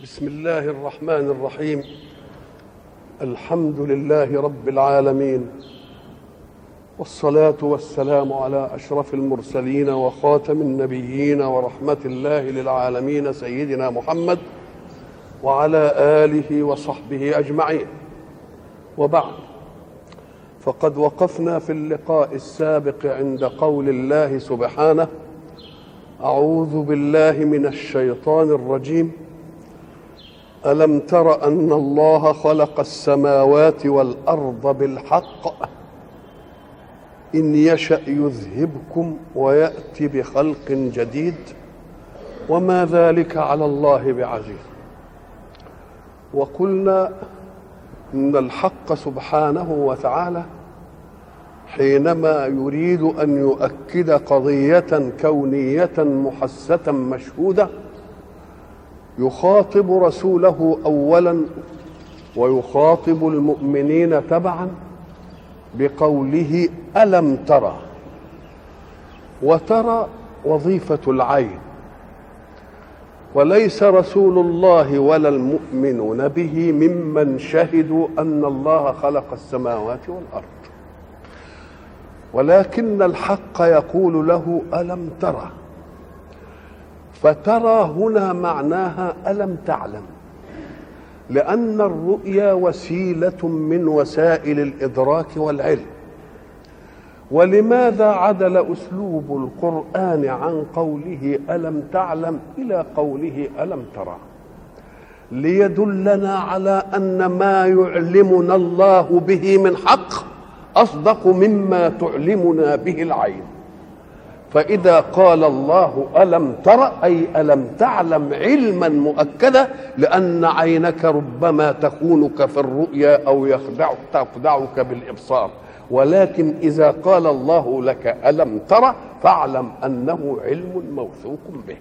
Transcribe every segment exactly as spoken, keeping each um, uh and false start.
بسم الله الرحمن الرحيم. الحمد لله رب العالمين، والصلاة والسلام على أشرف المرسلين وخاتم النبيين ورحمة الله للعالمين سيدنا محمد وعلى آله وصحبه أجمعين. وبعد، فقد وقفنا في اللقاء السابق عند قول الله سبحانه: أعوذ بالله من الشيطان الرجيم. ألم تر أن الله خلق السماوات والأرض بالحق إن يشأ يذهبكم ويأتي بخلق جديد وما ذلك على الله بعزيز. وقلنا إن الحق سبحانه وتعالى حينما يريد أن يؤكد قضية كونية محسة مشهودة يخاطب رسوله أولا ويخاطب المؤمنين تبعا بقوله: ألم ترى. وترى وظيفة العين، وليس رسول الله ولا المؤمنون به ممن شهدوا أن الله خلق السماوات والأرض، ولكن الحق يقول له: ألم ترى. فترى هنا معناها ألم تعلم، لأن الرؤيا وسيلة من وسائل الإدراك والعلم. ولماذا عدل أسلوب القرآن عن قوله ألم تعلم إلى قوله ألم ترى؟ ليدلنا على أن ما يعلمنا الله به من حق أصدق مما تعلمنا به العين. فإذا قال الله ألم ترى أي ألم تعلم علما مؤكدا، لأن عينك ربما تخونك في الرؤيا أو يخدعك تخدعك بالإبصار، ولكن إذا قال الله لك ألم ترى فاعلم أنه علم موثوق به.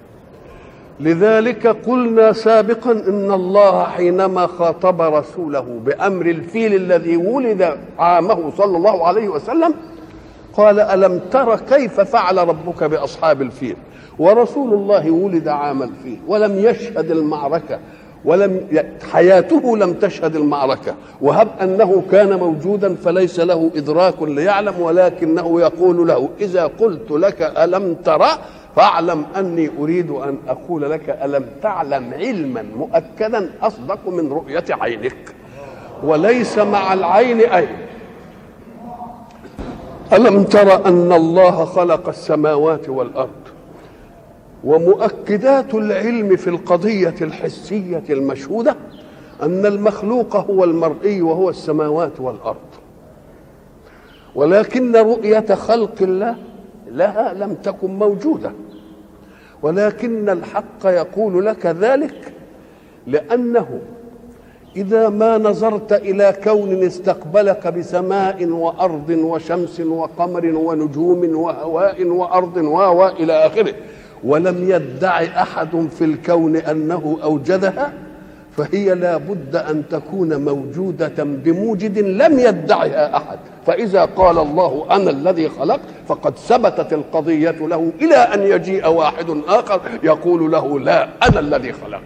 لذلك قلنا سابقا إن الله حينما خاطب رسوله بأمر الفيل الذي ولد عامه صلى الله عليه وسلم قال: ألم تر كيف فعل ربك بأصحاب الفيل؟ ورسول الله ولد عام الفيل ولم يشهد المعركة، ولم حياته لم تشهد المعركة، وهب أنه كان موجودا فليس له إدراك ليعلم، ولكنه يقول له: إذا قلت لك ألم ترى فاعلم أني أريد أن أقول لك ألم تعلم علما مؤكدا أصدق من رؤية عينك، وليس مع العين أي. ألم تر أن الله خلق السماوات والأرض. ومؤكدات العلم في القضية الحسية المشهودة أن المخلوق هو المرئي وهو السماوات والأرض، ولكن رؤية خلق الله لها لم تكن موجودة، ولكن الحق يقول لك ذلك لأنه إذا ما نظرت إلى كون استقبلك بسماء وأرض وشمس وقمر ونجوم وهواء وأرض وهواء إلى آخره ولم يدعي أحد في الكون أنه أوجدها، فهي لا بد أن تكون موجودة بموجد لم يدعها أحد. فإذا قال الله أنا الذي خلق فقد ثبتت القضية له، إلى أن يجيء واحد آخر يقول له لا أنا الذي خلقت.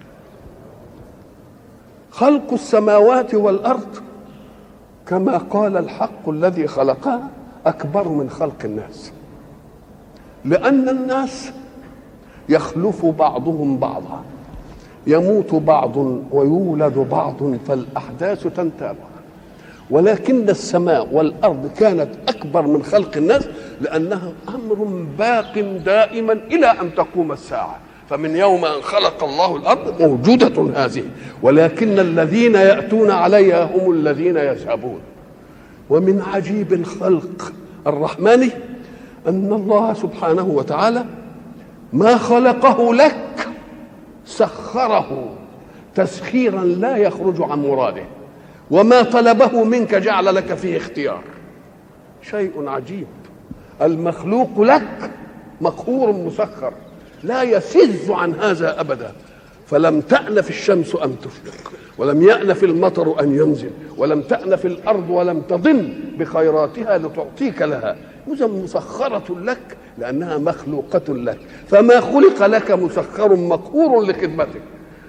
خلق السماوات والأرض كما قال الحق الذي خلقها أكبر من خلق الناس، لأن الناس يخلف بعضهم بعضا، يموت بعض ويولد بعض، فالأحداث تنتابع. ولكن السماء والأرض كانت أكبر من خلق الناس لأنها أمر باق دائما إلى أن تقوم الساعة. فمن يوم أن خلق الله الأرض موجودة هذه، ولكن الذين يأتون عليها هم الذين يذهبون. ومن عجيب الخلق الرحمن أن الله سبحانه وتعالى ما خلقه لك سخره تسخيرا لا يخرج عن مراده، وما طلبه منك جعل لك فيه اختيار. شيء عجيب. المخلوق لك مقهور مسخر لا يفز عن هذا أبدا. فلم تأنف الشمس أن تشرق، ولم يأنف المطر أن ينزل، ولم تأنف الأرض ولم تضن بخيراتها لتعطيك لها. إذا مسخرة لك لأنها مخلوقة لك، فما خلق لك مسخر مقهور لخدمتك.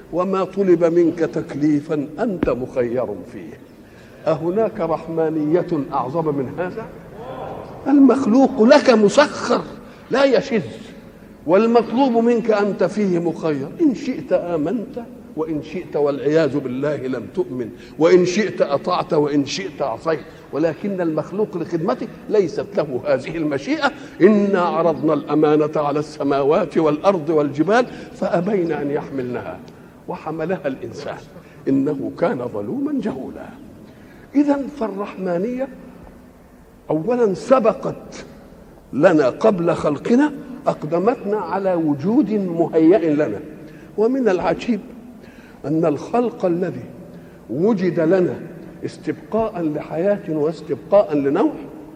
وما طلب منك تكليفا أنت مخير فيه. أهناك رحمانية أعظم من هذا؟ المخلوق لك مسخر لا يشذ، والمطلوب منك أنت فيه مخير. إن شئت آمنت وإن شئت والعياذ بالله لم تؤمن، وإن شئت أطعت وإن شئت عصيت، ولكن المخلوق لخدمته ليست له هذه المشيئة. إنا عرضنا الأمانة على السماوات والأرض والجبال فأبين أن يحملنها وحملها الإنسان إنه كان ظلوما جهولا. إذن فالرحمانية أولا سبقت لنا قبل خلقنا، أقدمتنا على وجود مهيئ لنا. ومن العجيب أن الخلق الذي وجد لنا استبقاء لحياة واستبقاء لنوع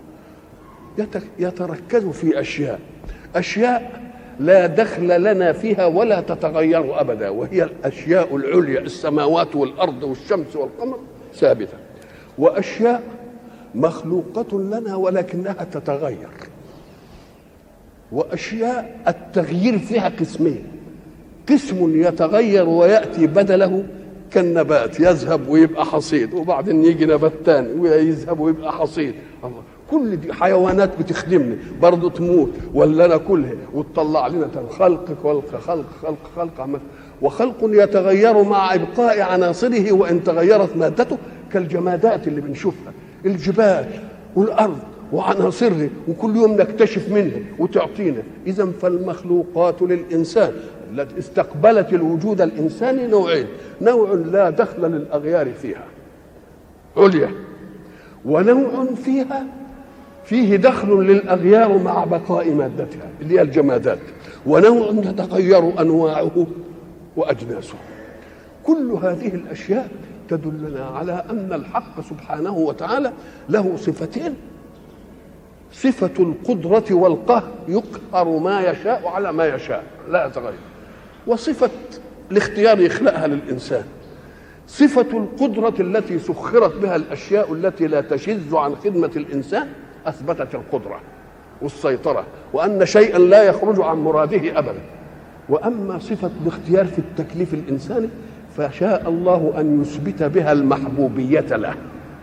يتركز في أشياء أشياء لا دخل لنا فيها ولا تتغير أبدا، وهي الأشياء العليا، السماوات والأرض والشمس والقمر ثابتة، وأشياء مخلوقة لنا ولكنها تتغير، وأشياء التغيير فيها قسمين: قسم يتغير ويأتي بدله كالنبات، يذهب ويبقى حصيد، وبعدين يجي نبات تاني ويذهب ويبقى حصيد. الله، كل دي حيوانات بتخدمني برضه تموت ولا ناكلها وتطلع لنا خلق خلق خلق خلق خلق وخلق يتغير مع إبقاء عناصره وإن تغيرت مادته، كالجمادات اللي بنشوفها، الجبال والأرض وعناصره، وكل يوم نكتشف منها وتعطينا. إذن فالمخلوقات للإنسان التي استقبلت الوجود الإنساني نوعين: نوع لا دخل للأغيار فيها عليا، ونوع فيها فيه دخل للأغيار مع بقاء مادتها اللي هي الجمادات، ونوع تتغير أنواعه وأجناسه. كل هذه الأشياء تدلنا على أن الحق سبحانه وتعالى له صفتين: صفة القدرة والقهر، يقهر ما يشاء على ما يشاء لا يتغير، وصفة الاختيار يخلقها للإنسان. صفة القدرة التي سخرت بها الأشياء التي لا تشذ عن خدمة الإنسان أثبتت القدرة والسيطرة، وأن شيئا لا يخرج عن مراده أبدا. وأما صفة الاختيار في التكليف الإنساني فشاء الله أن يثبت بها المحبوبية له،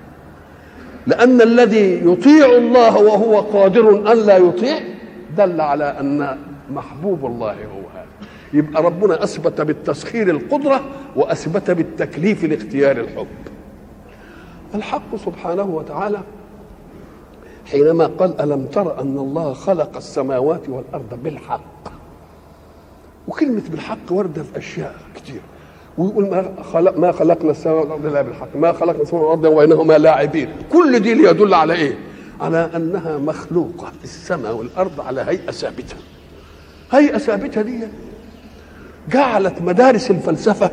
لأن الذي يطيع الله وهو قادر أن لا يطيع دل على أن محبوب الله هو هذا. يبقى ربنا أثبت بالتسخير القدرة وأثبت بالتكليف الاختيار الحب. الحق سبحانه وتعالى حينما قال: ألم تر أن الله خلق السماوات والأرض بالحق، وكلمة بالحق وردة في أشياء كتير، ويقول ما خلق ما خلقنا السماوات والأرض إلا بالحق، ما خلقنا السماوات والأرض وبينهما لاعبين. كل دي يدل على إيه؟ على أنها مخلوقة، السماء والأرض على هيئة ثابتة. هيئة ثابتة دي جعلت مدارس الفلسفة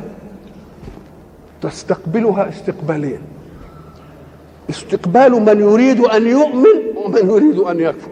تستقبلها استقبالين: استقبال من يريد أن يؤمن ومن يريد أن يكفر.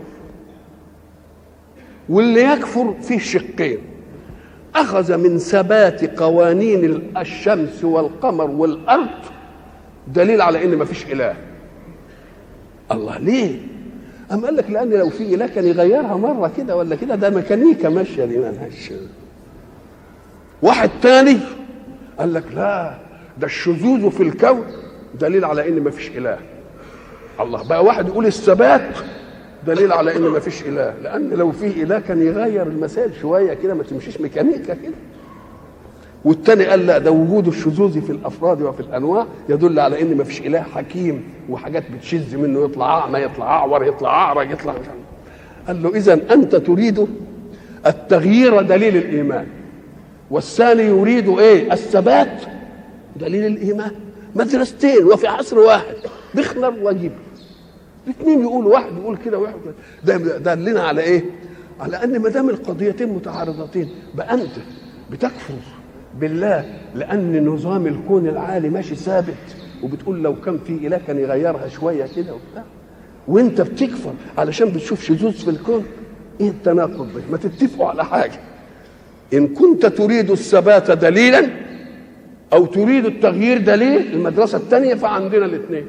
واللي يكفر فيه شقين: أخذ من ثبات قوانين الشمس والقمر والأرض دليل على إن ما فيش إله. الله، ليه؟ أم قال لك لأن لو في إله كان يغيرها مرة كده ولا كده، ده ميكانيكا ماشية دي مالهاش. واحد تاني قال لك لا، ده الشذوذ في الكون دليل على إن ما فيش إله. الله، بقى واحد يقول الثبات دليل على ان ما فيش اله، لان لو في اله كان يغير المسائل شويه كده، ما تمشيش ميكانيكا كده. والتاني قال لا، ده وجود الشذوذ في الافراد وفي الانواع يدل على ان ما فيش اله حكيم، وحاجات بتشذ منه، يطلع اعمى، يطلع اعور، يطلع اعرج، يطلع مش عارف. قال له اذا انت تريد التغيير دليل الايمان، والثاني يريد ايه؟ الثبات دليل الايمان. مدرستين وفي عصر واحد، بخنر وجيب، الاثنين يقولوا، واحد يقول كده وواحد ده. ده دلنا على ايه؟ على ان ما دام القضيتين متعارضتين بقى انت بتكفر بالله لان نظام الكون العالي ماشي ثابت، وبتقول لو كان في اله كان يغيرها شويه كده وبتاع، وانت بتكفر علشان بتشوف شذوذ في الكون. ايه التناقض ده؟ ما تتفقوا على حاجه. ان كنت تريد الثبات دليلا او تريد التغيير دليل، المدرسه الثانيه، فعندنا الاثنين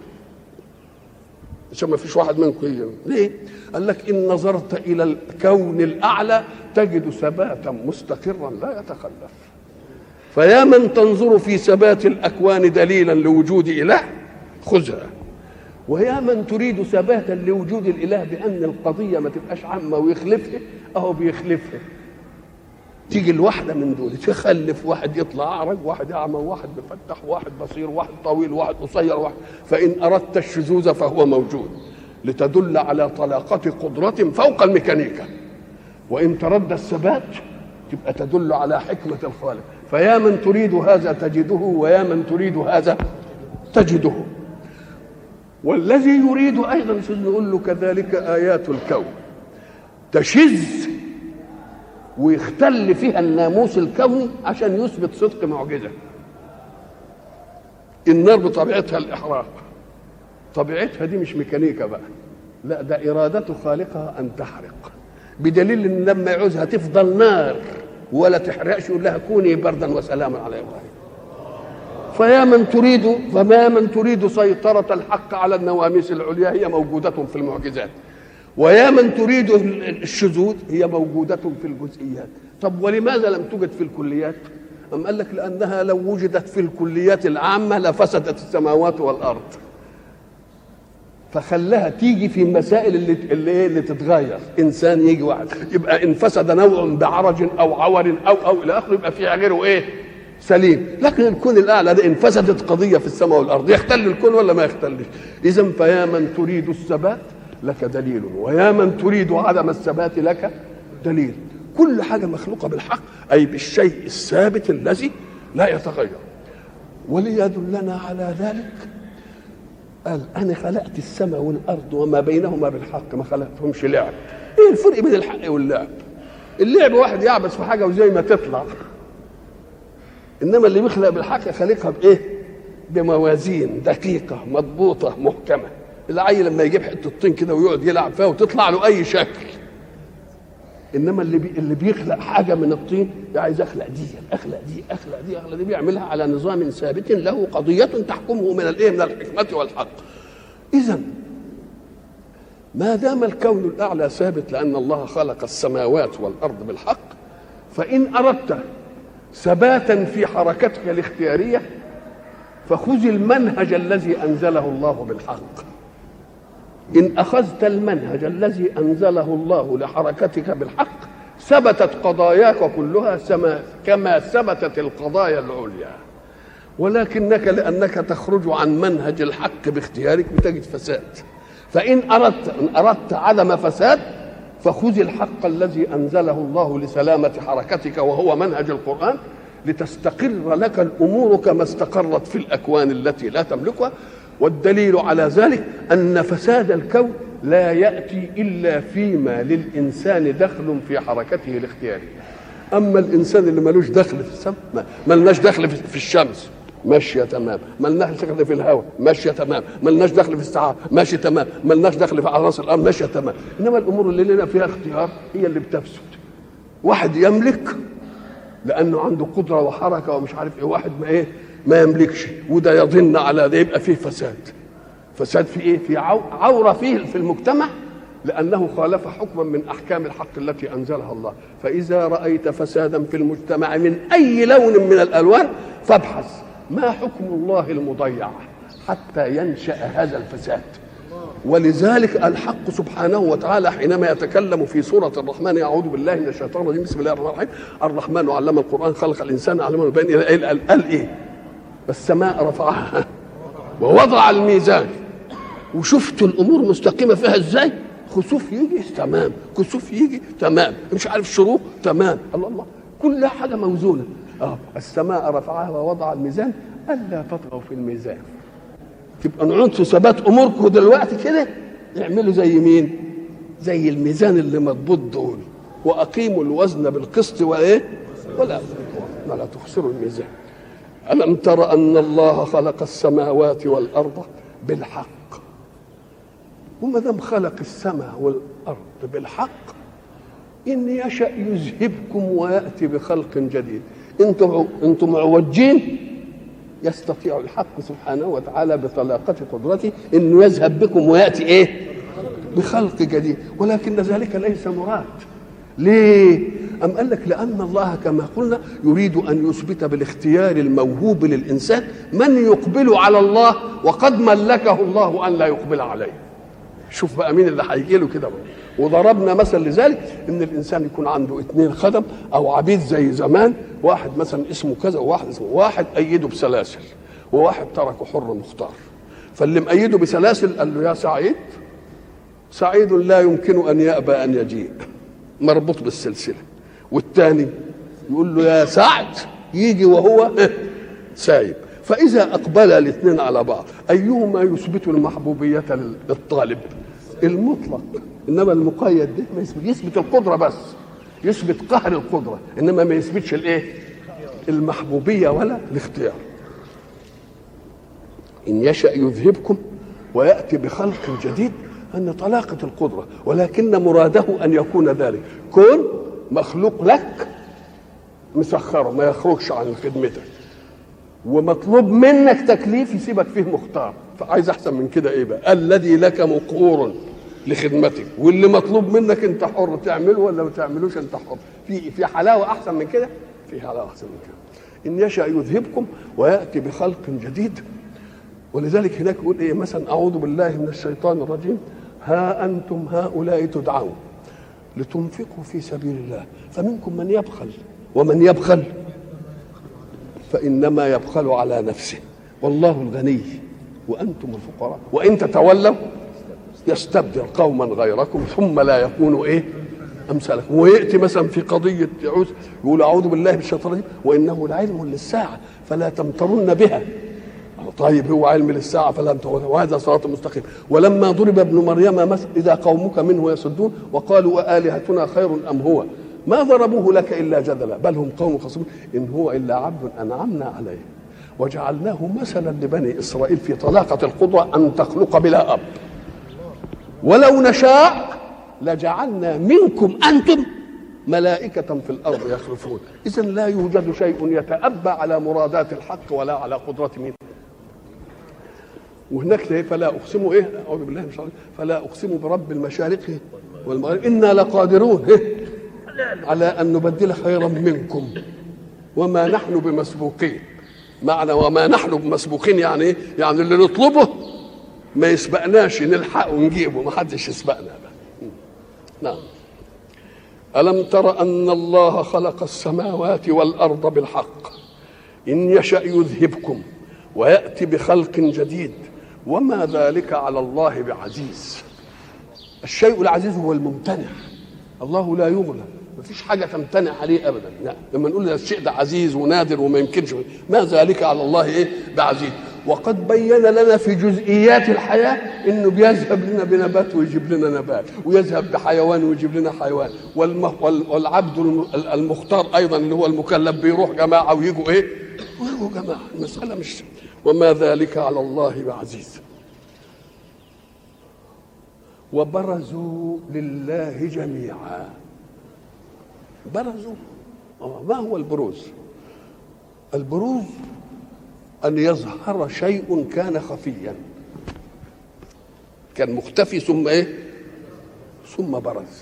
عشان ما فيش واحد منكم يجي. ليه؟ قال لك ان نظرت الى الكون الاعلى تجد ثباتا مستقرا لا يتخلف. فيا من تنظر في ثبات الأكوان دليلا لوجود إله خذها، ويا من تريد ثباتا لوجود الإله بأن القضية ما تبقاش عامة ويخلفها، أهو بيخلفها. تيجي الواحدة من دول تخلف واحد يطلع أعرج، واحد أعمى، واحد مفتح، واحد بصير، واحد طويل، واحد قصير، واحد. فإن أردت الشذوذ فهو موجود لتدل على طلاقة قدرة فوق الميكانيكا، وإن ترد الثبات تبقى تدل على حكمة الخالق. فيا من تريد هذا تجده، ويا من تريد هذا تجده. والذي يريد أيضا نقول له كذلك آيات الكون تشذ ويختل فيها الناموس الكوني عشان يثبت صدق معجزة. النار بطبيعتها الإحراق، طبيعتها دي مش ميكانيكا بقى، لا ده إرادة خالقها أن تحرق، بدليل إن لما يعوزها تفضل نار ولا تحرقش يقول لها كوني بردا وسلاما على إبراهيم. فيا من تريد فما من تريد سيطرة الحق على النواميس العليا هي موجودة في المعجزات، ويا من تريد الشذوذ هي موجودة في الجزئيات. طب ولماذا لم توجد في الكليات؟ أم قال لك لأنها لو وجدت في الكليات العامة لفسدت السماوات والأرض، فخلها تيجي في المسائل اللي اللي, اللي تتغير. إنسان يجي واحد يبقى إن فسد نوع بعرج أو عور أو أو إلى آخره يبقى فيها غيره إيه؟ سليم. لكن الكون الأعلى ده إن فسدت قضية في السماء والأرض يختل الكون ولا ما يختلش؟ إذن فيا من تريد الثبات لك دليل، ويا من تريد عدم الثبات لك دليل. كل حاجة مخلوقة بالحق، أي بالشيء الثابت الذي لا يتغير. وليدلنا على ذلك قال أنا خلقت السماء والأرض وما بينهما بالحق، ما خلقتهمش لعب. إيه الفرق بين الحق واللعب؟ اللعب واحد يعبس في حاجة وزي ما تطلع، إنما اللي بيخلق بالحق خلقها بإيه؟ بموازين دقيقة مضبوطة محكمة. العيل لما يجيب حته طين كده ويقعد يلعب فيها وتطلع له اي شكل، انما اللي بي اللي بيخلق حاجه من الطين عايز اخلق دي اخلق دي اخلق دي اخلق دي، بيعملها على نظام ثابت له قضيه تحكمه من الايه؟ من الحكمه والحق. اذا ما دام الكون الاعلى ثابت لان الله خلق السماوات والارض بالحق، فان اردت ثباتا في حركتك الاختياريه فخذ المنهج الذي انزله الله بالحق. إن أخذت المنهج الذي أنزله الله لحركتك بالحق ثبتت قضاياك كلها كما ثبتت القضايا العليا، ولكنك لأنك تخرج عن منهج الحق باختيارك بتجد فساد. فإن أردت إن أردت عدم فساد فخذ الحق الذي أنزله الله لسلامة حركتك وهو منهج القرآن، لتستقر لك الأمور كما استقرت في الأكوان التي لا تملكها. والدليل على ذلك أن فساد الكون لا يأتي إلا فيما للإنسان دخل في حركته الاختيارية. أما الإنسان اللي ملوش دخل في السماء، ملناش دخل في الشمس ماشية تمام، ملناش دخل في الهواء ماشية تمام، ملناش دخل في السحاب ماشية تمام، ملناش دخل في عناصر الأرض ماشية تمام. إنما الأمور اللي لنا فيها اختيار هي اللي بتفسد. واحد يملك لأنه عنده قدرة وحركة ومش عارف إيه، واحد ما إيه ما يملكش، وده يظن على ده، يبقى فيه فساد. فساد في ايه؟ في عورة فيه في المجتمع لأنه خالف حكما من أحكام الحق التي أنزلها الله. فإذا رأيت فسادا في المجتمع من أي لون من الألوان فابحث ما حكم الله المضيع حتى ينشأ هذا الفساد. ولذلك الحق سبحانه وتعالى حينما يتكلم في سورة الرحمن، أعوذ بالله من الشيطان الرجيم، بسم الله الرحمن الرحيم، الرحمن علم القرآن خلق الإنسان علمه البيان، قال إيه؟ السماء رفعها ووضع الميزان. وشفتوا الأمور مستقيمة فيها إزاي؟ خسوف يجي تمام، كسوف يجي تمام، مش عارف شروق تمام، الله الله كل حاجة موزونة. آه السماء رفعها ووضع الميزان ألا تطغوا في الميزان. تبقى نعود في ثبات اموركم دلوقتي كده، اعملوا زي مين؟ زي الميزان اللي مضبوط دول، واقيموا الوزن بالقسط وايه؟ ولا ولا تخسروا الميزان. ألم تر أن الله خلق السماوات والأرض بالحق؟ وما دام خلق السماء والأرض بالحق إن يشأ يذهبكم ويأتي بخلق جديد. انتم انتم معوجين، يستطيع الحق سبحانه وتعالى بطلاقة قدرته انه يذهب بكم ويأتي ايه؟ بخلق جديد، ولكن ذلك ليس مراد. ليه؟ أم قال لك لأن الله كما قلنا يريد أن يثبت بالاختيار الموهوب للإنسان من يقبل على الله وقد ملكه الله أن لا يقبل عليه. شوف بقى مين اللي هيجي له كده. وضربنا مثل لذلك ان الانسان يكون عنده اثنين خدم او عبيد زي زمان، واحد مثلا اسمه كذا وواحد اسمه، واحد ايده بسلاسل وواحد تركه حر مختار. فاللي مأيده بسلاسل قال له يا سعيد، سعيد لا يمكن ان يأبى ان يجيء مربوط بالسلسله، والثاني يقول له يا سعد يجي وهو سايب. فاذا اقبل الاثنين على بعض ايهما يثبت المحبوبيه للطالب؟ المطلق. انما المقيد ده ما يثبت، يثبت القدره بس، يثبت قهر القدره، انما ما يثبتش الايه؟ المحبوبيه ولا الاختيار. ان يشأ يذهبكم ويأتي بخلق جديد، ان طلاقه القدره، ولكن مراده ان يكون ذلك كون مخلوق لك مسخره ما يخرجش عن خدمتك، ومطلوب منك تكليف يسيبك فيه مختار. فعايز احسن من كده ايه بقى؟ الذي لك مقهور لخدمتك، واللي مطلوب منك انت حر تعمله ولا ما تعملوش انت حر. في في حلاوه احسن من كده؟ في حلاوه احسن من كده. ان يشاء يذهبكم وياتي بخلق جديد. ولذلك هناك يقول ايه مثلا؟ اعوذ بالله من الشيطان الرجيم، ها انتم هؤلاء تدعون لتنفقوا في سبيل الله فمنكم من يبخل ومن يبخل فانما يبخل على نفسه والله الغني وانتم الفقراء وان تتولوا يستبدل قوما غيركم ثم لا يكونوا ايه امثالكم. وياتي مثلا في قضيه يعوذ يقول اعوذ بالله من الشيطان الرجيم وانه لعلم للساعه فلا تمترن بها. طيب هو علم للساعه فلا تمترن، وهذا صراط مستقيم. ولما ضرب ابن مريم مثل اذا قومك منه يصدون وقالوا آلهتنا خير ام هو ما ضربوه لك الا جدلا بل هم قوم خصمون ان هو الا عبد انعمنا عليه وجعلناه مثلا لبني اسرائيل في طلاقه القدره ان تخلق بلا اب ولو نشاء لجعلنا منكم انتم ملائكة في الارض يخلفون. اذا لا يوجد شيء يتأبى على مرادات الحق ولا على قدرة مين. وهناك ايه فلا اقسم ايه اعوذ بالله من الشيطان فلا اقسم برب المشارق والمغارب انا لقادرون إيه؟ على ان نبدل خيرا منكم وما نحن بمسبوقين. معنى وما نحن بمسبوقين يعني ايه؟ يعني اللي نطلبه ما يسبقناش نلحق ونجيبه، ما حدش يسبقنا. نعم. ألم تر أن الله خلق السماوات والأرض بالحق إن يشأ يذهبكم ويأتي بخلق جديد وما ذلك على الله بعزيز. الشيء العزيز هو الممتنع، الله لا يغلب، ما فيش حاجة تمتنع عليه أبدا. لا. لما نقول الشيء ده عزيز ونادر وما يمكنش، ما ذلك على الله إيه بعزيز. وقد بين لنا في جزئيات الحياة إنه بيذهب لنا بنبات ويجيب لنا نبات، ويذهب بحيوان ويجيب لنا حيوان، والعبد المختار أيضا اللي هو المكلف بيروح جماعة ويجوا إيه ويجوا جماعة. المسألة مش وما ذلك على الله بعزيز. وبرزوا لله جميعا. برزوا ما هو البروز؟ البروز أن يظهر شيء كان خفيا، كان مختفي ثم إيه ثم برز.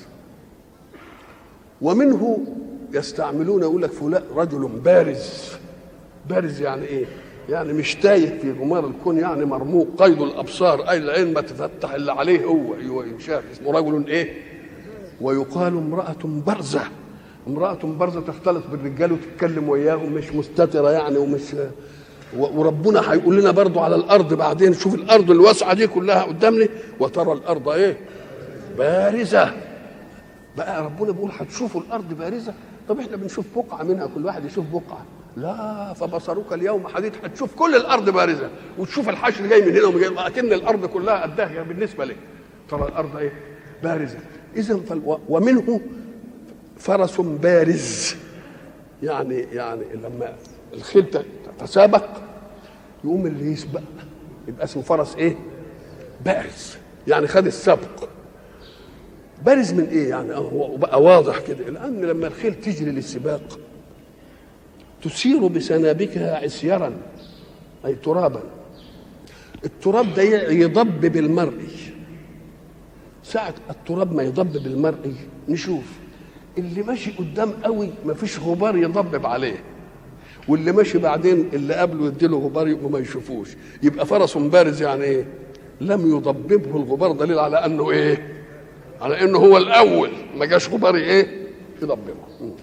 ومنه يستعملون يقول لك فلان رجل بارز. بارز يعني إيه؟ يعني مش تايه في غمار الكون، يعني مرموق قيد الأبصار، أي العين ما تفتح اللي عليه هو يشاف، اسمه رجل إيه. ويقال امرأة برزة. امرأة برزة تختلط بالرجال وتتكلم وياهم، مش مستترة يعني ومش. وربنا هيقول لنا برضو على الارض بعدين، شوف الارض الواسعه دي كلها قدامنا وترى الارض ايه بارزه. بقى ربنا بيقول هتشوفوا الارض بارزه. طب احنا بنشوف بقعه منها، كل واحد يشوف بقعه. لا فبصرك اليوم حديد، هتشوف كل الارض بارزه وتشوف الحشر جاي من هنا ومن هنا، اكن الارض كلها قدها بالنسبه لك. ترى الارض ايه بارزه. اذا فال... ومنه فرس بارز، يعني يعني لما الخيل تتسابق يقوم اللي يسبق يبقى اسمه فرس ايه بارز، يعني خد السبق. بارز من ايه يعني؟ هو بقى واضح كده، لان لما الخيل تجري للسباق تسير بسنابكها عسيرا اي ترابا. التراب ده يضب بالمرء. ساعة التراب ما يضب بالمرء نشوف اللي ماشي قدام قوي مفيش غبار يضبب عليه، واللي ماشي بعدين اللي قبله يديله غبار يبقى ما يشوفوش، يبقى فرس بارز يعني ايه؟ لم يضببه الغبار، دليل على انه ايه؟ على انه هو الاول، ما جاش غبار ايه؟ يضببه.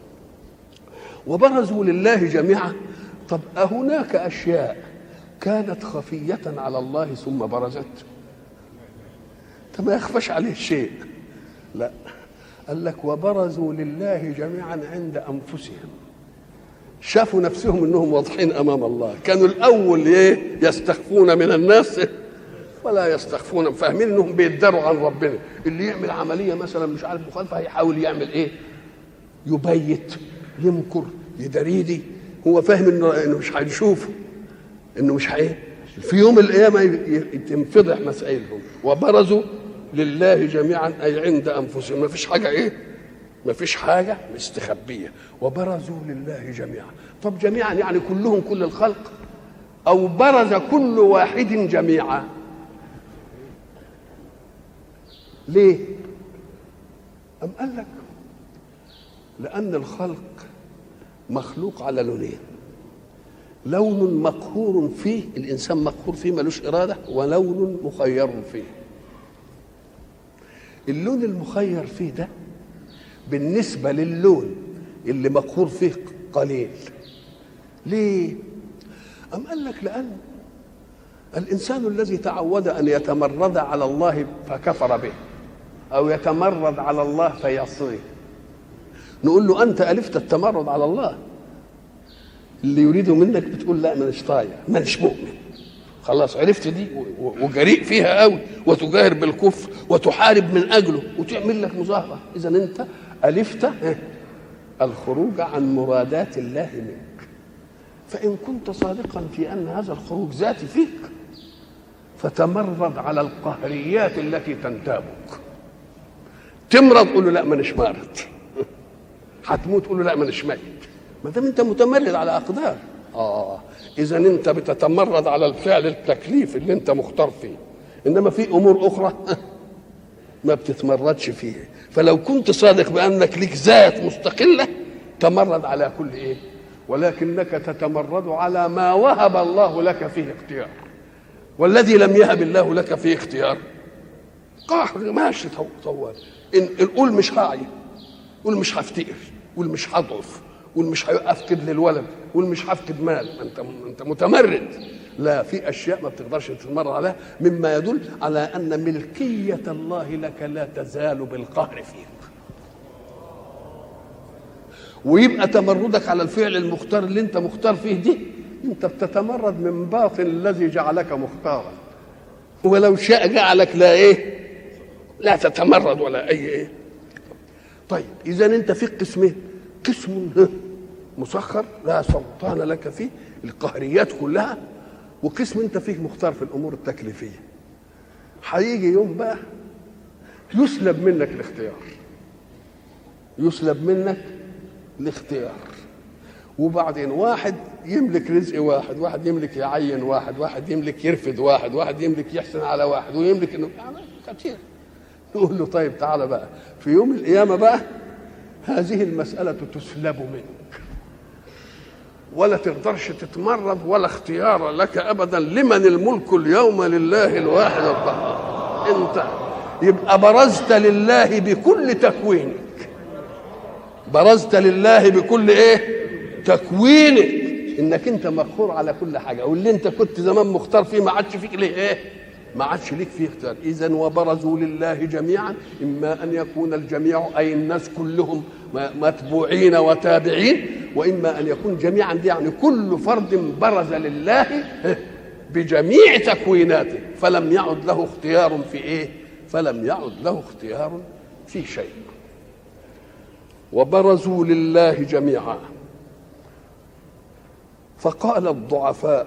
وبرزوا لله جميعا. طب أهناك أشياء كانت خفية على الله ثم برزت؟ ما يخفش عليه شيء. لا، قال لك وبرزوا لله جميعا عند أنفسهم، شافوا نفسهم انهم واضحين امام الله. كانوا الاول ايه؟ يستخفون من الناس ولا يستخفون، فاهمين انهم بيداروا عن ربنا. اللي يعمل عمليه مثلا مش عارف مخالفه هيحاول يعمل ايه؟ يبيت، يمكر، يدريدي، هو فاهم انه انه مش هيشوفه، انه مش هي في يوم القيامه تنفضح مسائلهم. وبرزوا لله جميعا اي عند انفسهم، ما فيش حاجه ايه؟ ما فيش حاجه مستخبيه. وبرزوا لله جميعا. طب جميعا يعني كلهم، كل الخلق، او برز كل واحد جميعا؟ ليه؟ أم قال لك لأن الخلق مخلوق على لونين، لون مقهور فيه، الإنسان مقهور فيه ملوش إرادة، ولون مخير فيه. اللون المخير فيه ده بالنسبة للون اللي مقهور فيه قليل. ليه؟ أم قال لك لأن الإنسان الذي تعود أن يتمرد على الله فكفر به، أو يتمرد على الله فيعصيه، نقول له أنت ألفت التمرد على الله، اللي يريده منك بتقول لا مانيش طايع، مانيش مؤمن، خلاص عرفت دي وجريء فيها قوي، وتجاهر بالكفر وتحارب من أجله وتعمل لك مظاهرة. إذا أنت ألفت الخروج عن مرادات الله منك. فإن كنت صادقا في أن هذا الخروج ذاتي فيك، فتمرد على القهريات التي تنتابك. تمرض قول له لا مانيش مارض، هتموت قول له لا مانيش ميت، ما دام انت متمرد على اقدار. اه اذا انت بتتمرد على الفعل التكليف اللي انت مختار فيه، انما في امور اخرى ما بتتمردش فيها. فلو كنت صادق بانك لك ذات مستقله تمرد على كل ايه، ولكنك تتمرد على ما وهب الله لك فيه اختيار، والذي لم يهب الله لك فيه اختيار قاهر ماشي طوال. ان قول مش هاعي، قول مش هفتقر، قول مش هضعف، قول مش هفقد للولد، قول مش هفقد مال، انت انت متمرد. لا، في اشياء ما بتقدرش تتمرد عليها، مما يدل على ان ملكيه الله لك لا تزال بالقهر فيك. ويبقى تمردك على الفعل المختار اللي انت مختار فيه دي، انت بتتمرد من باطن الذي جعلك مختارا، ولو شاء جعلك لا ايه، لا تتمرد ولا اي ايه. طيب اذا انت فيك قسمين، قسم مسخر لا سلطان لك فيه القهريات كلها، وقسم انت فيك مختار في الامور التكليفيه. هيجي يوم بقى يسلب منك الاختيار، يسلب منك الاختيار. وبعدين واحد يملك رزق واحد، واحد يملك يعين واحد، واحد يملك يرفض واحد، واحد يملك يحسن على واحد، ويملك انه كتير. نقول له طيب تعالى بقى في يوم القيامه بقى هذه المساله تسلب منك، ولا تقدرش تتمرد ولا اختيار لك ابدا. لمن الملك اليوم؟ لله الواحد القهار. انت يبقى برزت لله بكل تكوينك، برزت لله بكل ايه؟ تكوينك، انك انت مقهور على كل حاجه، واللي انت كنت زمان مختار فيه ما عادش فيك ليه ايه؟ ما عادش ليك فيه اختيار. اذا وبرزوا لله جميعا، اما ان يكون الجميع اي الناس كلهم متبوعين وتابعين، واما ان يكون جميعا دي يعني كل فرد برز لله بجميع تكويناته، فلم يعد له اختيار في ايه؟ فلم يعد له اختيار في شيء. وبرزوا لله جميعا. فقال الضعفاء،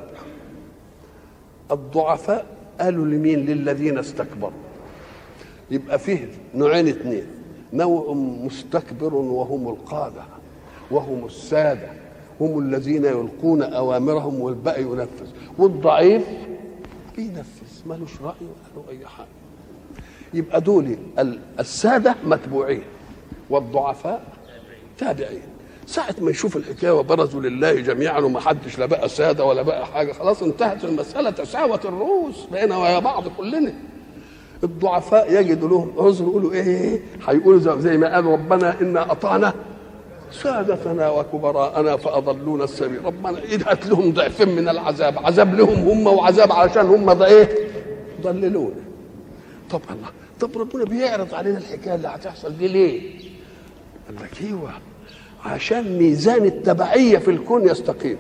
الضعفاء قالوا لمين؟ للذين استكبروا. يبقى فيه نوعين اثنين، نوع مستكبر وهم القادة وهم السادة، هم الذين يلقون أوامرهم والباقي ينفذ، والضعيف بينفذ مالوش رأي ولا له أي حاجة. يبقى دول السادة متبوعين والضعفاء تابعين. ساعة ما يشوف الحكاية وبرزوا لله جميعا وما حدش لا بقى سادة ولا بقى حاجة، خلاص انتهت المسألة، تساوت الرؤوس بقينا ويا بعض كلنا. الضعفاء يجدوا لهم عذر، يقولوا ايه؟ هيقولوا زي ما قال ربنا إنا أطعنا سادتنا وكبراءنا فأضلونا السبيل. ربنا ادهت لهم ضعفين من العذاب، عذاب لهم هم وعذاب علشان هم ده ايه؟ ضللونا. طب الله، طب ربنا بيعرض علينا الحكاية اللي هتحصل دي ليه؟ قال لك ايوه، عشان ميزان التبعية في الكون يستقيم.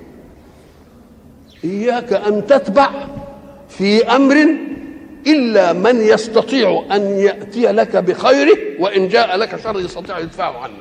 إياك أن تتبع في أمر إلا من يستطيع أن يأتي لك بخيره، وإن جاء لك شر يستطيع يدفعه عنك.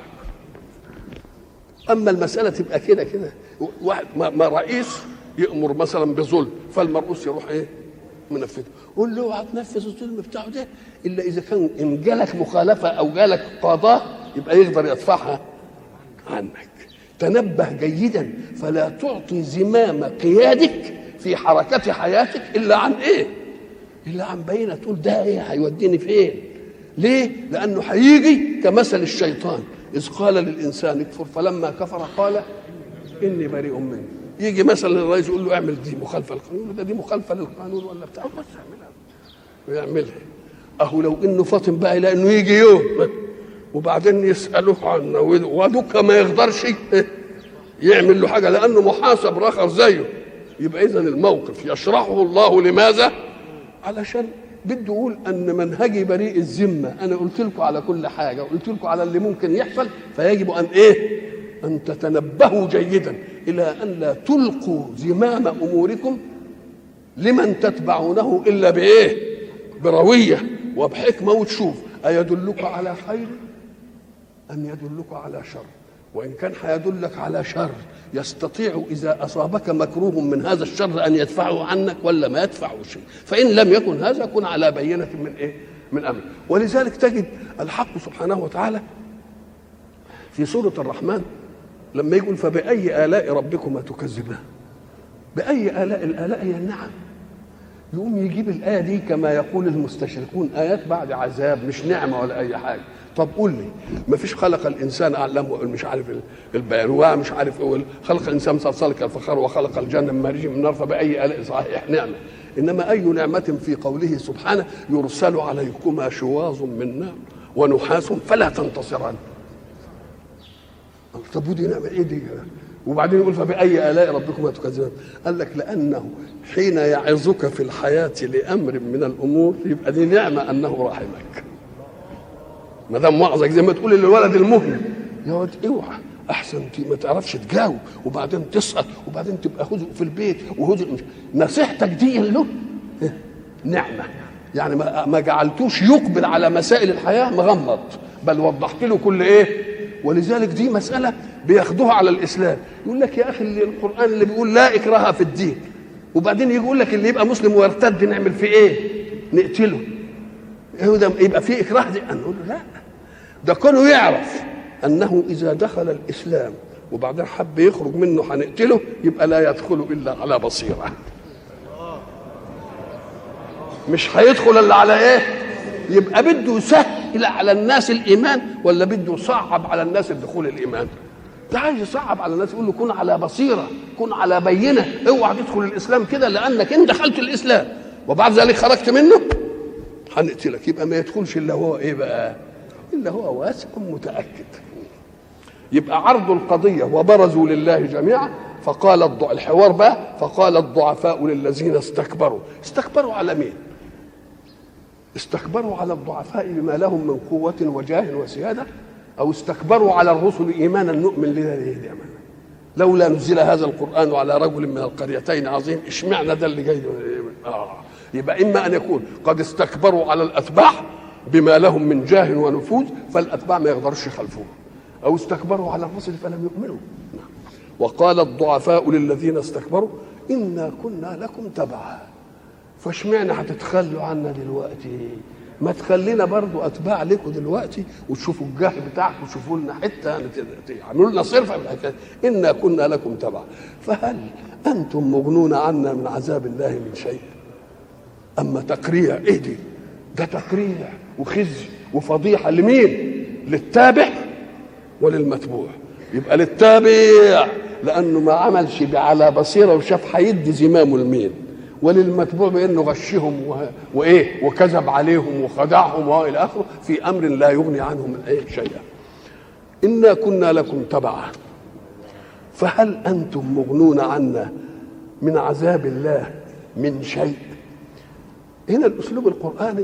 أما المسألة تبقى كده كده، واحد ما رئيس يأمر مثلا بظلم، فالمرؤوس يروح إيه؟ منفذه. قول له اوعى تنفذ الظلم بتاعه ده إلا إذا كان إن جالك مخالفة أو جالك قضاء يبقى يقدر يدفعها عنك. تنبه جيدا، فلا تعطي زمام قيادك في حركة حياتك إلا عن إيه؟ إلا عن بينة. تقول ده إيه؟ هيوديني فين؟ ليه؟ لأنه هيجي كمثل الشيطان إذ قال للإنسان اكفر فلما كفر قال إني بريء منه. يجي مثلا الرئيس يقول له اعمل دي مخالفة للقانون، ده دي مخالفة للقانون ولا بتاع، بس اعملها ويعملها. أهو لو إنه فاطم بقى إلى إنه يجي يوم وبعدين يسألوه عنه ودك ما يقدرش يعمل له حاجة لأنه محاسب رخر زيه. يبقى إذن الموقف يشرحه الله لماذا؟ علشان بده يقول أن منهجي بريء الذمة، أنا قلت لكم على كل حاجة، قلت لكم على اللي ممكن يحصل، فيجب أن إيه؟ أن تتنبهوا جيدا إلى أن لا تلقوا زمام أموركم لمن تتبعونه إلا بإيه؟ بروية وبحكمة. وتشوف أيدلك على خير أم يدلك على شر، وإن كان هيدلك على شر يستطيع إذا أصابك مكروه من هذا الشر أن يدفعه عنك ولا ما يدفعه شيء. فإن لم يكن هذا كن على بينة من إيه؟ من أمر. ولذلك تجد الحق سبحانه وتعالى في سورة الرحمن لما يقول فبأي آلاء ربكما تكذبان. بأي آلاء؟ الآلاء هي النعم. يقوم يجيب الآية دي كما يقول المستشرقون آيات بعد عذاب، مش نعمة ولا أي حاجة. طب قول لي، ما فيش خلق الإنسان أعلم مش عارف البيروع مش عارف إيه، خلق الإنسان صلصال كالفخار وخلق الجنة من مارج من نار، فبأي آلاء؟ صحيح نعمة، إنما أي نعمة في قوله سبحانه يرسل عليكما شواظ من نار ونحاس فلا تنتصران. طب ودي نعمة إيه دي؟ وبعدين يقول فبأي آلاء ربكما تكذبان؟ قال لك لأنه حين يعظك في الحياة لأمر من الأمور يبقى دي نعمة أنه رحمك. ما دام وعظك زي ما تقول للولد المهمل يا واد اوعى احسن ما تعرفش تجاوب وبعدين تسقط وبعدين تبقى هزء في البيت وهزء، نصيحتك دي له نعمة، يعني ما جعلتوش يقبل على مسائل الحياة مغمض، بل وضحت له كل ايه. ولذلك دي مسألة بياخدوها على الإسلام، يقول لك يا أخي القرآن اللي بيقول لا إكراه في الدين، وبعدين يقول لك اللي يبقى مسلم ويرتد نعمل فيه ايه؟ نقتله. يبقى فيه إكراه دي؟ نقول له لا، ده كونه يعرف أنه إذا دخل الإسلام وبعدين حب يخرج منه هنقتله، يبقى لا يدخل إلا على بصيرة، مش هيدخل إلا على إيه؟ يبقى بده يسهل على الناس الإيمان ولا بده يصعب على الناس الدخول الإيمان؟ ده عايز يصعب على الناس، يقول له كن على بصيرة، كن على بينة، اوعى تدخل الإسلام كده لأنك إن دخلت الإسلام وبعد ذلك خرجت منه هنقتلك. يبقى ما يدخلش إلا هو إيه بقى؟ إلا هو واثق متأكد. يبقى عرض القضية وبرزوا لله جميعا، فقال الحوار بقى فقال الضعفاء للذين استكبروا. استكبروا على مين؟ استكبروا على الضعفاء بما لهم من قوة وجاه وسيادة، أو استكبروا على الرسل إيمانا نؤمن لله لولا نزل هذا القرآن على رجل من القريتين عظيم. اشمعنى ده اللي جاي؟ آه. يبقى إما أن يكون قد استكبروا على الأتباع بما لهم من جاه ونفوذ فالأتباع ما يقدرش يخالفوه، أو استكبروا على الرسل فلم يؤمنوا. وقال الضعفاء للذين استكبروا إنا كنا لكم تبعا. فاشمعنى هتتخلوا عنا دلوقتي؟ ما تخلينا برضو أتباع لكم دلوقتي وتشوفوا الجاه بتاعكم وتشوفوا لنا حتة يعملوا لنا صرفة بالحكاية. إنا كنا لكم تبعا فهل أنتم مغنون عنا من عذاب الله من شيء؟ أما تقريع إيه دي؟ ده تقريع وخزي وفضيحة لمين؟ للتابع وللمتبوع. يبقى للتابع لانه ما عملش على بصيره وشاف هيدي زمامه لمين، وللمتبوع بانه غشهم وايه وكذب عليهم وخدعهم والى اخره في امر لا يغني عنه من اي شيئا. انا كنا لكم تبعا فهل انتم مغنون عنا من عذاب الله من شيء. هنا الاسلوب القراني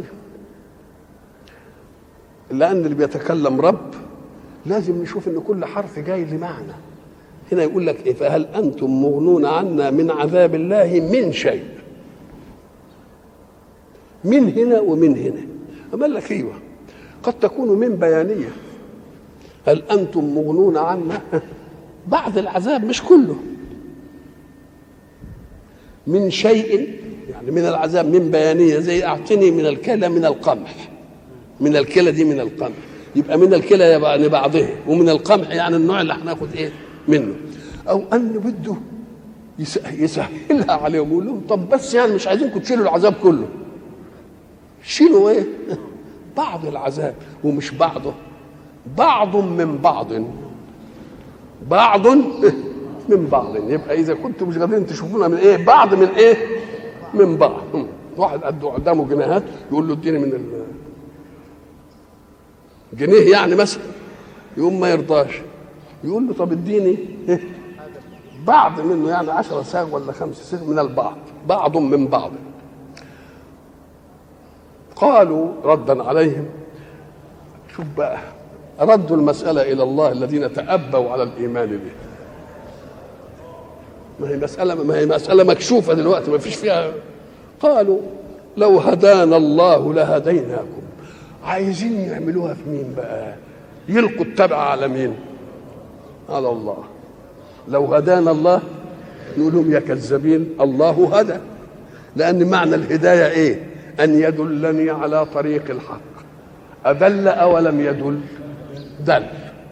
لان اللي بيتكلم رب لازم نشوف ان كل حرف جاي لمعنى. هنا يقول لك ايه فهل انتم مغنون عنا من عذاب الله من شيء. من هنا ومن هنا قال لك ايوه قد تكون من بيانيه. هل انتم مغنون عنا بعض العذاب مش كله. من شيء يعني من العذاب من بيانيه زي اعطني من الكلى من القمح. من الكلى دي من القمح يبقى من الكلى يعني بعضها ومن القمح يعني النوع اللي هناخد ايه منه. او ان بده يسهلها عليهم يقول لهم طب بس يعني مش عايزينكم تشيلوا العذاب كله. شيلوا ايه بعض العذاب ومش بعضه بعض من بعض بعض من بعض. يبقى اذا كنتم مش قادرين تشوفونا من ايه بعض من ايه من بعض. واحد قد قدامه جنيهات يقول له اديني من الجنيه يعني مثلا يقوم ما يرضاش يقول له طب اديني بعض منه يعني عشرة ساغ ولا خمسة ساغ من البعض بعض من بعض. قالوا ردا عليهم شوف بقى ردوا المسألة إلى الله الذين تأبوا على الإيمان به. ما هي مسألة ما هي مسألة مكشوفة دلوقتي ما فيش فيها. قالوا لو هدانا الله لهديناكم. عايزين يعملوها في مين بقى؟ يلقوا التبع على مين؟ على الله. لو هدانا الله نقول لهم يا كذابين الله هدى. لأن معنى الهداية إيه؟ أن يدلني على طريق الحق. أدل أولم يدل؟ دل.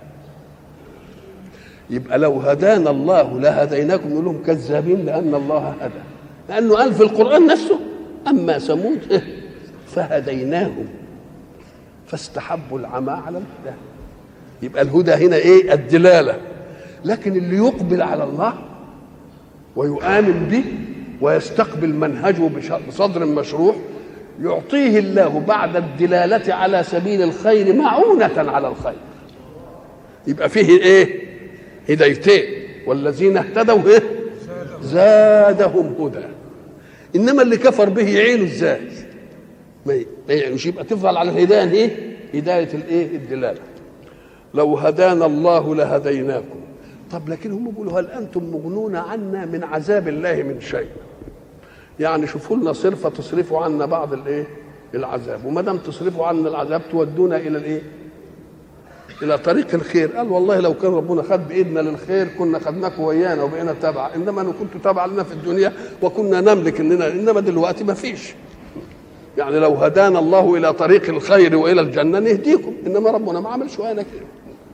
يبقى لو هدانا الله لهديناكم نقول لهم كذابين لأن الله هدى. لأنه قال في القرآن نفسه أما ثمود فهديناهم فاستحبوا العمى على الهدى. يبقى الهدى هنا إيه؟ الدلالة. لكن اللي يقبل على الله ويؤمن به ويستقبل منهجه بصدر مشروح يعطيه الله بعد الدلالة على سبيل الخير معونة على الخير. يبقى فيه ايه؟ هدايتين. والذين اهتدوا ايه؟ زادهم هدى. انما اللي كفر به يعينه ازاي؟ ما يعينوش. يبقى تفضل على الهدايه ايه؟ هدايه الايه؟ الدلاله. لو هدانا الله لهديناكم. طب لكن هم بيقولوا هل انتم مغنون عنا من عذاب الله من شيء. يعني شوفوا لنا صرفه تصرفوا عنا بعض الايه؟ العذاب. وما دام تصرفوا عنا العذاب تودونا الى الايه؟ الى طريق الخير. قال والله لو كان ربنا خد بايدنا للخير كنا خدناكم ويانا وبقينا تبع. انما انا كنت تبع لنا في الدنيا وكنا نملك اننا انما دلوقتي ما فيش. يعني لو هدانا الله الى طريق الخير والى الجنه نهديكم. انما ربنا ما عملش ويانا كده.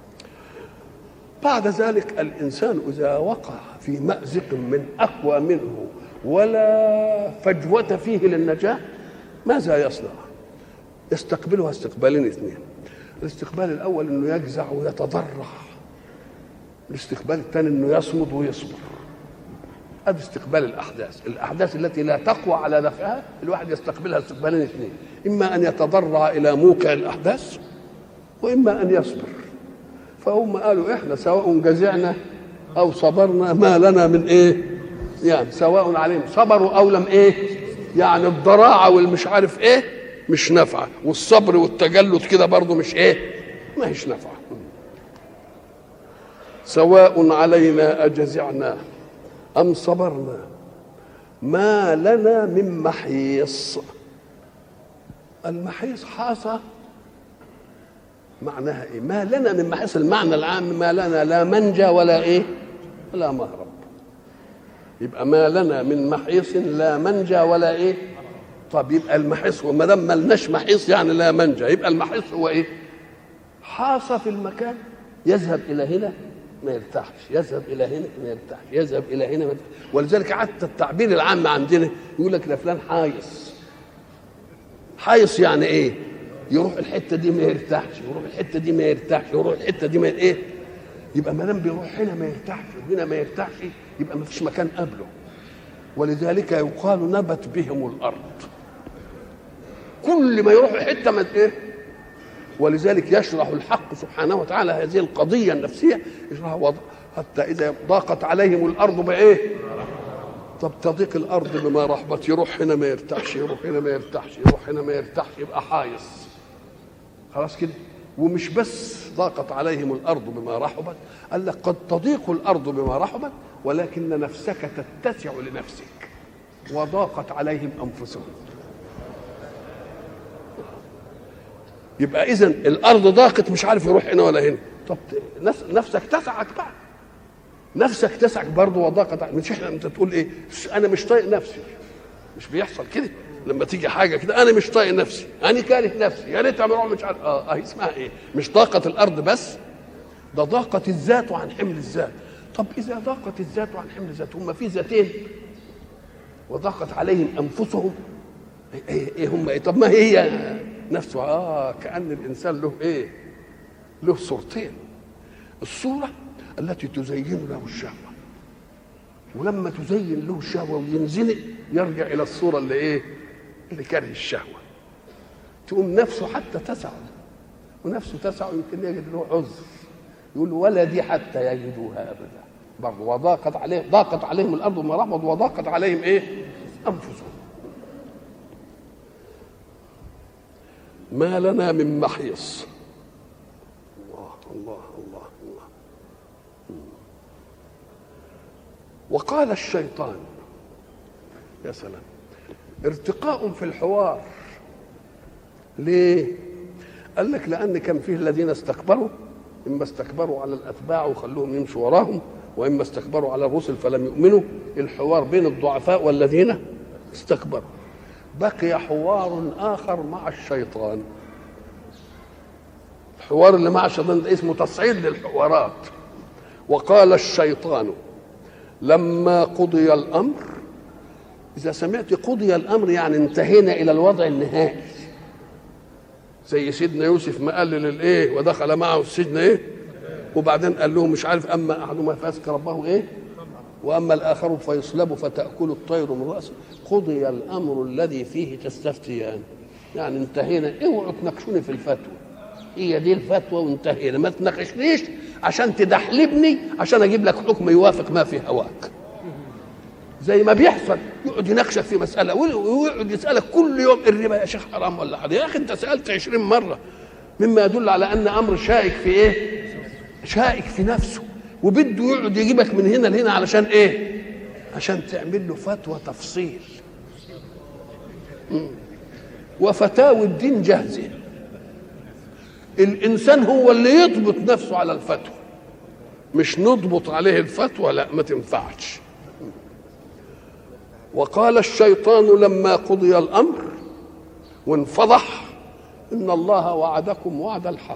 بعد ذلك الانسان اذا وقع في مأزق من اقوى منه ولا فجوة فيه للنجاة ماذا يصنع؟ يستقبلها استقبالين اثنين. الاستقبال الاول انه يجزع ويتضرع. الاستقبال الثاني انه يصمد ويصبر. هذا استقبال الاحداث. الاحداث التي لا تقوى على دفعها الواحد يستقبلها استقبالين اثنين. اما ان يتضرع الى موقع الاحداث واما ان يصبر. فهم قالوا احنا سواء جزعنا او صبرنا ما لنا من ايه؟ يعني سواء عليهم صبروا او لم ايه؟ يعني الضراعه والمش عارف ايه مش نافعه، والصبر والتجلد كده برضه مش ايه؟ ما هيش نافعه. سواء علينا اجزعنا ام صبرنا ما لنا من محيص. المحيص حاصه معناها ايه؟ ما لنا من محيص. المعنى العام ما لنا لا منجى ولا ايه؟ ولا مهرب. يبقى ما لنا من محيص لا منجى ولا ايه؟ طب يبقى المحيص وما دام ما لناش محيص يعني لا منجى. يبقى المحيص هو ايه؟ حاصه في المكان يذهب الى هنا ما يرتاحش، يذهب الى هنا ما يرتاحش، يذهب الى هنا ما يرتاحش. ولذلك حتى التعبير العام عندنا يقول لك لفلان حايص. حايص يعني ايه؟ يروح الحته دي ما يرتاحش، يروح الحته دي ما يرتاحش، يروح الحته دي ما ايه؟ يبقى ما دام بيروح هنا ما يرتاحش وهنا ما يرتاحش يبقى ما فيش مكان قبله. ولذلك يقال نبت بهم الارض، كل ما يروح حته ما ايه. ولذلك يشرح الحق سبحانه وتعالى هذه القضيه النفسيه، يشرح وضع حتى اذا ضاقت عليهم الارض بايه. طب تضيق الارض بما رحبت، يروح هنا ما يرتاحش، يروح هنا ما يرتاحش، يروح هنا ما يرتاحش، يبقى حايص خلاص كده. ومش بس ضاقت عليهم الارض بما رحبت، قال لك قد تضيق الارض بما رحبت ولكن نفسك تتسع لنفسك، وضاقت عليهم انفسهم. يبقى اذن الارض ضاقت مش عارف يروح هنا ولا هنا. طب نفسك تسعك بقى، نفسك تسعك برضه وضاقت. مش احنا انت تقول ايه انا مش طايق نفسي، مش بيحصل كده لما تيجي حاجه كده انا مش طايق نفسي، انا كاره نفسي، يا ريت اعمل مش عارف اه, آه اسمها ايه؟ مش ضاقت الارض بس، ده ضاقت الذات عن حمل الذات. طب اذا ضاقت الذات عن حمل الذات، هم في ذاتين وضاقت عليهم انفسهم، ايه, إيه هم ايه؟ طب ما هي نفسه. اه كأن الانسان له ايه؟ له صورتين، الصوره التي تزين له الشهوه، ولما تزين له الشهوه وينزنق يرجع الى الصوره اللي ايه؟ اللي كاره الشهوه. تقوم نفسه حتى تسعه، ونفسه تسعه يمكن يجد له عذر، يقول ولا دي حتى يجدوها ابدا برضه. وضاقت عليهم ضاقت عليهم الارض بما رحبت وضاقت عليهم ايه؟ انفسهم. ما لنا من محيص. الله الله الله الله. وقال الشيطان، يا سلام، ارتقاء في الحوار. ليه؟ قال لك لأن كان فيه الذين استكبروا، إما استكبروا على الأتباع وخلوهم يمشوا وراهم، وإما استكبروا على الرسل فلم يؤمنوا. الحوار بين الضعفاء والذين استكبروا. بقي حوار آخر مع الشيطان. الحوار اللي مع الشيطان ده اسمه تصعيد للحوارات. وقال الشيطان لما قضي الأمر، إذا سمعت قضي الأمر يعني انتهينا إلى الوضع النهائي، زي سيدنا يوسف ما قال للإيه ودخل معه السجن إيه، وبعدين قال لهم مش عارف أما أحدهما فيسقي ربه إيه، وأما الآخر فيصلب فتأكل الطير من رأسه. قضي الأمر الذي فيه تستفتيان، يعني انتهينا. اوعوا تناقشوني في الفتوى، هي دي الفتوى وانتهينا. ما تناقشنيش عشان تدحلبني عشان اجيب لك حكم يوافق ما في هواك، زي ما بيحصل. يقعد يناقشك في مساله ويقعد يسالك كل يوم الربا يا شيخ حرام ولا حرام. يا اخي انت سالت عشرين مره، مما يدل على ان امر شائك في ايه؟ شائك في نفسه، وبده يقعد يجيبك من هنا لهنا علشان ايه؟ عشان تعمل له فتوى تفصيل. وفتاوى الدين جاهزه، الانسان هو اللي يضبط نفسه على الفتوى، مش نضبط عليه الفتوى، لا ما تنفعش. وقال الشيطان لما قضي الامر وانفضح ان الله وعدكم وعد الحق.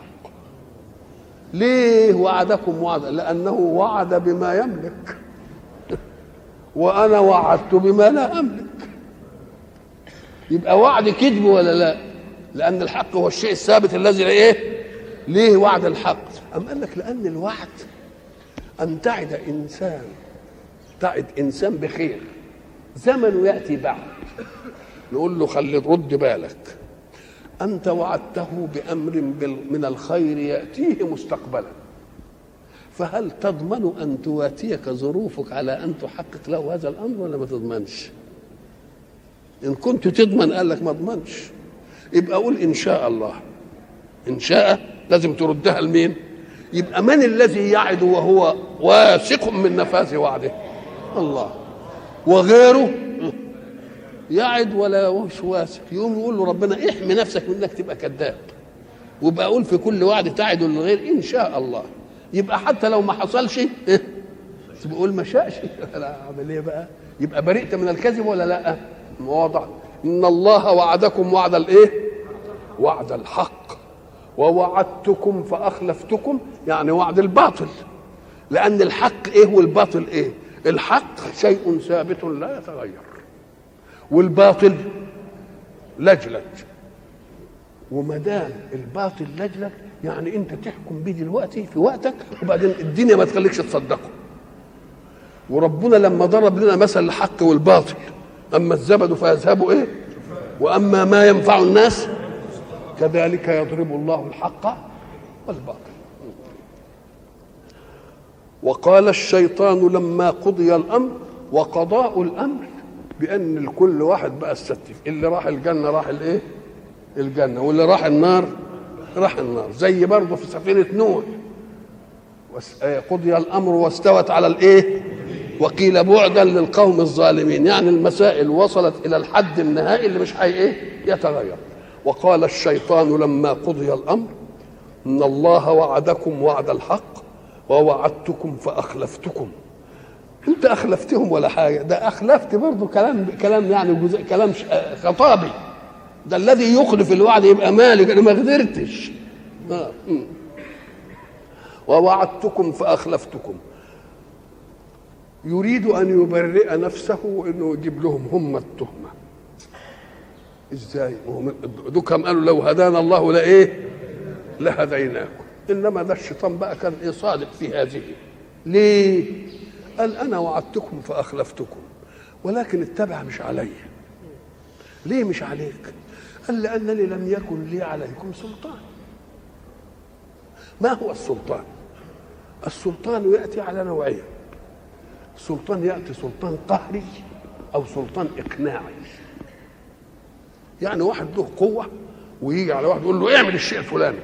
ليه وعدكم وعد؟ لانه وعد بما يملك وانا وعدت بما لا املك. يبقى وعد كذب ولا لا؟ لان الحق هو الشيء الثابت الذي ايه؟ ليه وعد الحق؟ أم قال لك لأن الوعد أن تعد إنسان تعد إنسان بخير، زمنه يأتي بعد، نقول له خلي رد بالك، أنت وعدته بأمر من الخير يأتيه مستقبلا، فهل تضمن أن تواتيك ظروفك على أن تحقق له هذا الأمر ولا ما تضمنش؟ إن كنت تضمن قال لك ما اضمنش، يبقى قول إن شاء الله. إن شاء لازم تردها لمين؟ يبقى من الذي يعد وهو واثق من نفاذ وعده؟ الله. وغيره يعد ولا مش واثق، يقوم يقول له ربنا احمي نفسك من انك تبقى كذاب، ويبقى اقول في كل وعد تعد للغير ان شاء الله. يبقى حتى لو ما حصلش إيه؟ تقول ما شاءش. لا اعمل ايه بقى؟ يبقى برئت من الكذب ولا لا؟ واضح. ان الله وعدكم وعد الايه؟ وعد الحق، ووعدتكم فاخلفتكم، يعني وعد الباطل. لان الحق ايه والباطل ايه؟ الحق شيء ثابت لا يتغير، والباطل لجلج. وما دام الباطل لجلج يعني انت تحكم بيه دلوقتي في وقتك وبعدين الدنيا ما تخليكش تصدقه. وربنا لما ضرب لنا مثل الحق والباطل، اما الزبد فيذهب ايه واما ما ينفع الناس كذلك يضرب الله الحق والباطل. وقال الشيطان لما قضي الامر، وقضاء الامر بان الكل واحد بقى الستف، اللي راح الجنه راح الايه الجنه، واللي راح النار راح النار. زي برضه في سفينه نوح، قضي الامر واستوت على الايه وقيل بعدا للقوم الظالمين، يعني المسائل وصلت الى الحد النهائي اللي مش هي ايه يتغير. وقال الشيطان لما قضي الامر ان الله وعدكم وعد الحق ووعدتكم فاخلفتكم. انت اخلفتهم ولا حاجه، ده اخلفت برضه كلام كلام يعني جزء كلام خطابي. ده الذي يخلف الوعد يبقى مالك، انا ما قدرتش. آه. ووعدتكم فاخلفتكم. يريد ان يبرئ نفسه انه يجيب لهم هم التهمه. ازاي؟ دول كم قالوا لو هدانا الله لايه لهديناكم. انما ده الشيطان بقى كان ايه صادق في هذه. ليه؟ قال انا وعدتكم فاخلفتكم ولكن التبع مش علي. ليه مش عليك؟ قال لانني لم يكن لي عليكم سلطان. ما هو السلطان؟ السلطان ياتي على نوعين. السلطان ياتي سلطان قهري او سلطان اقناعي. يعني واحد له قوه ويجي على واحد يقول له اعمل الشيء الفلاني،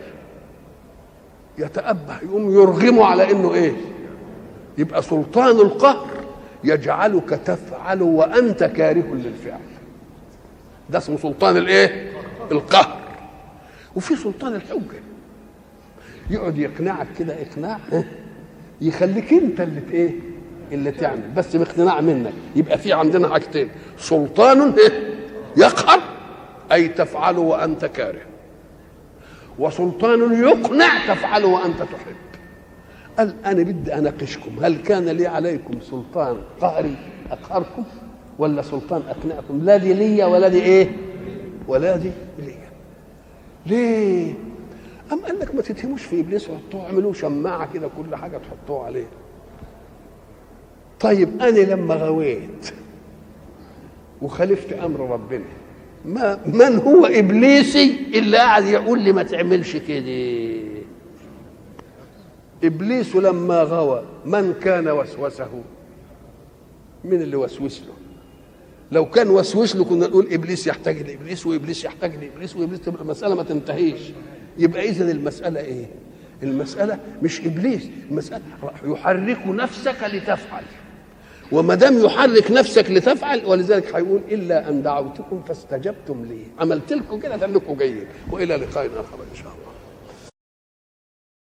يتأبه يقوم يرغمه على انه ايه يبقى سلطان القهر يجعلك تفعل وانت كاره للفعل. ده اسمه سلطان الايه القهر. وفي سلطان الحجه، يقعد يقنعك كده اقناع يخليك انت اللي ايه اللي تعمل بس باقتناع منك. يبقى في عندنا حاجتين، سلطان يقهر اي تفعل وانت كاره، وسلطان يقنع تفعل وانت تحب. قال انا بدي اناقشكم، هل كان لي عليكم سلطان قهري اقهركم ولا سلطان اقنعكم؟ لا دي ليا ولا دي ايه ولا دي ليا. ليه؟ أم قال لك ما تتهموش في ابليس وحطوه، اعملوه شماعه كده كل حاجه تحطوه عليه. طيب انا لما غويت وخالفت امر ربنا، ما من هو ابليسي اللي قاعد يقول لي ما تعملش كده؟ ابليس لما غوى من كان وسوسه؟ من اللي وسوس له؟ لو كان وسوس له كنا نقول ابليس يحتاج لابليس وابليس يحتاج لابليس وابليس، تبقى المساله ما تنتهيش. يبقى اذا المساله ايه؟ المساله مش ابليس، المساله يحرك نفسك لتفعل. وما دام يحرك نفسك لتفعل، ولذلك هيقول الا ان دعوتكم فاستجبتم لي، عملت لكم كده لانكم جايين. والى لقاء اخر ان شاء الله.